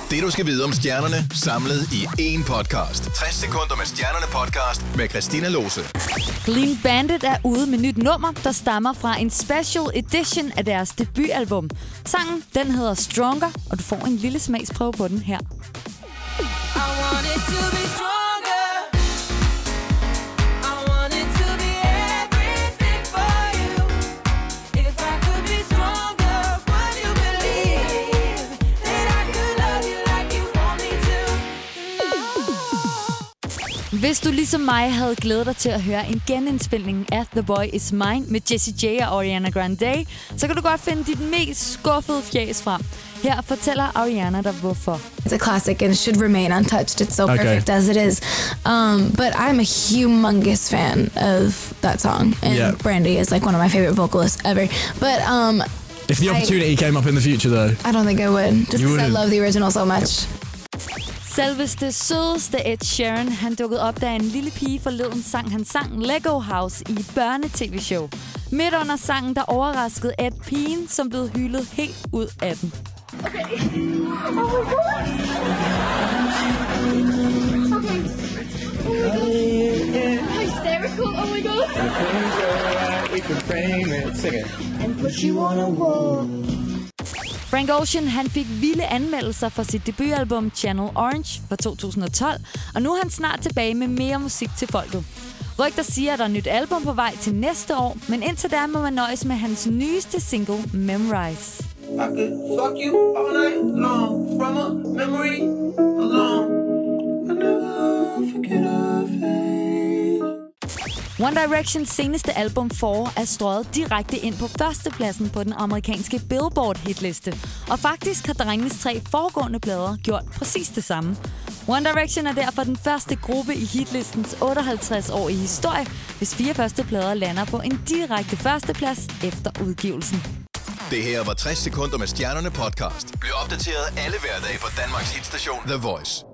Det du skal vide om stjernerne, samlet i én podcast. 60 sekunder med Stjernerne podcast med Christina Lose. Clean Bandit er ude med nyt nummer, der stammer fra en special edition af deres debutalbum. Sangen, den hedder Stronger, og du får en lille smagsprøve på den her. Hvis du ligesom mig havde glædet dig til at høre en genindspilning af The Boy Is Mine med Jessie J og Ariana Grande, så kan du godt finde dit mest skuffede fjæs frem. Her fortæller Ariana dig hvorfor. It's a classic and it should remain untouched. It's so perfect as it is. But I'm a humongous fan of that song. And Brandy is like one of my favorite vocalists ever. But if the opportunity came up in the future though, I don't think I would. Just because I love the original so much. Selveste sødeste Ed Sheeran, han dukkede op, da en lille pige forleden han sang Lego House i børne-tv-show. Midt under sangen, der overraskede Ed pigen, som blev hyldet helt ud af den. Okay. Oh my god. Okay. Hysterical. Oh my god. We can frame it. Sing it. And put you on a wall. Frank Ocean, han fik vilde anmeldelser for sit debutalbum Channel Orange fra 2012, og nu er han snart tilbage med mere musik til folket. Rygter siger, at der er nyt album på vej til næste år, men indtil da må man nøjes med hans nyeste single, Memorize. I could fuck you all night long from a memory alone. I never forget a face. One Directions seneste album Four er strøget direkte ind på førstepladsen på den amerikanske Billboard-hitliste. Og faktisk har drengenes 3 foregående plader gjort præcis det samme. One Direction er derfor den første gruppe i hitlistens 58-årige historie, hvis 4 første plader lander på en direkte førsteplads efter udgivelsen. Det her var 60 sekunder med Stjernerne podcast. Bliv opdateret alle hverdage på Danmarks hitstation The Voice.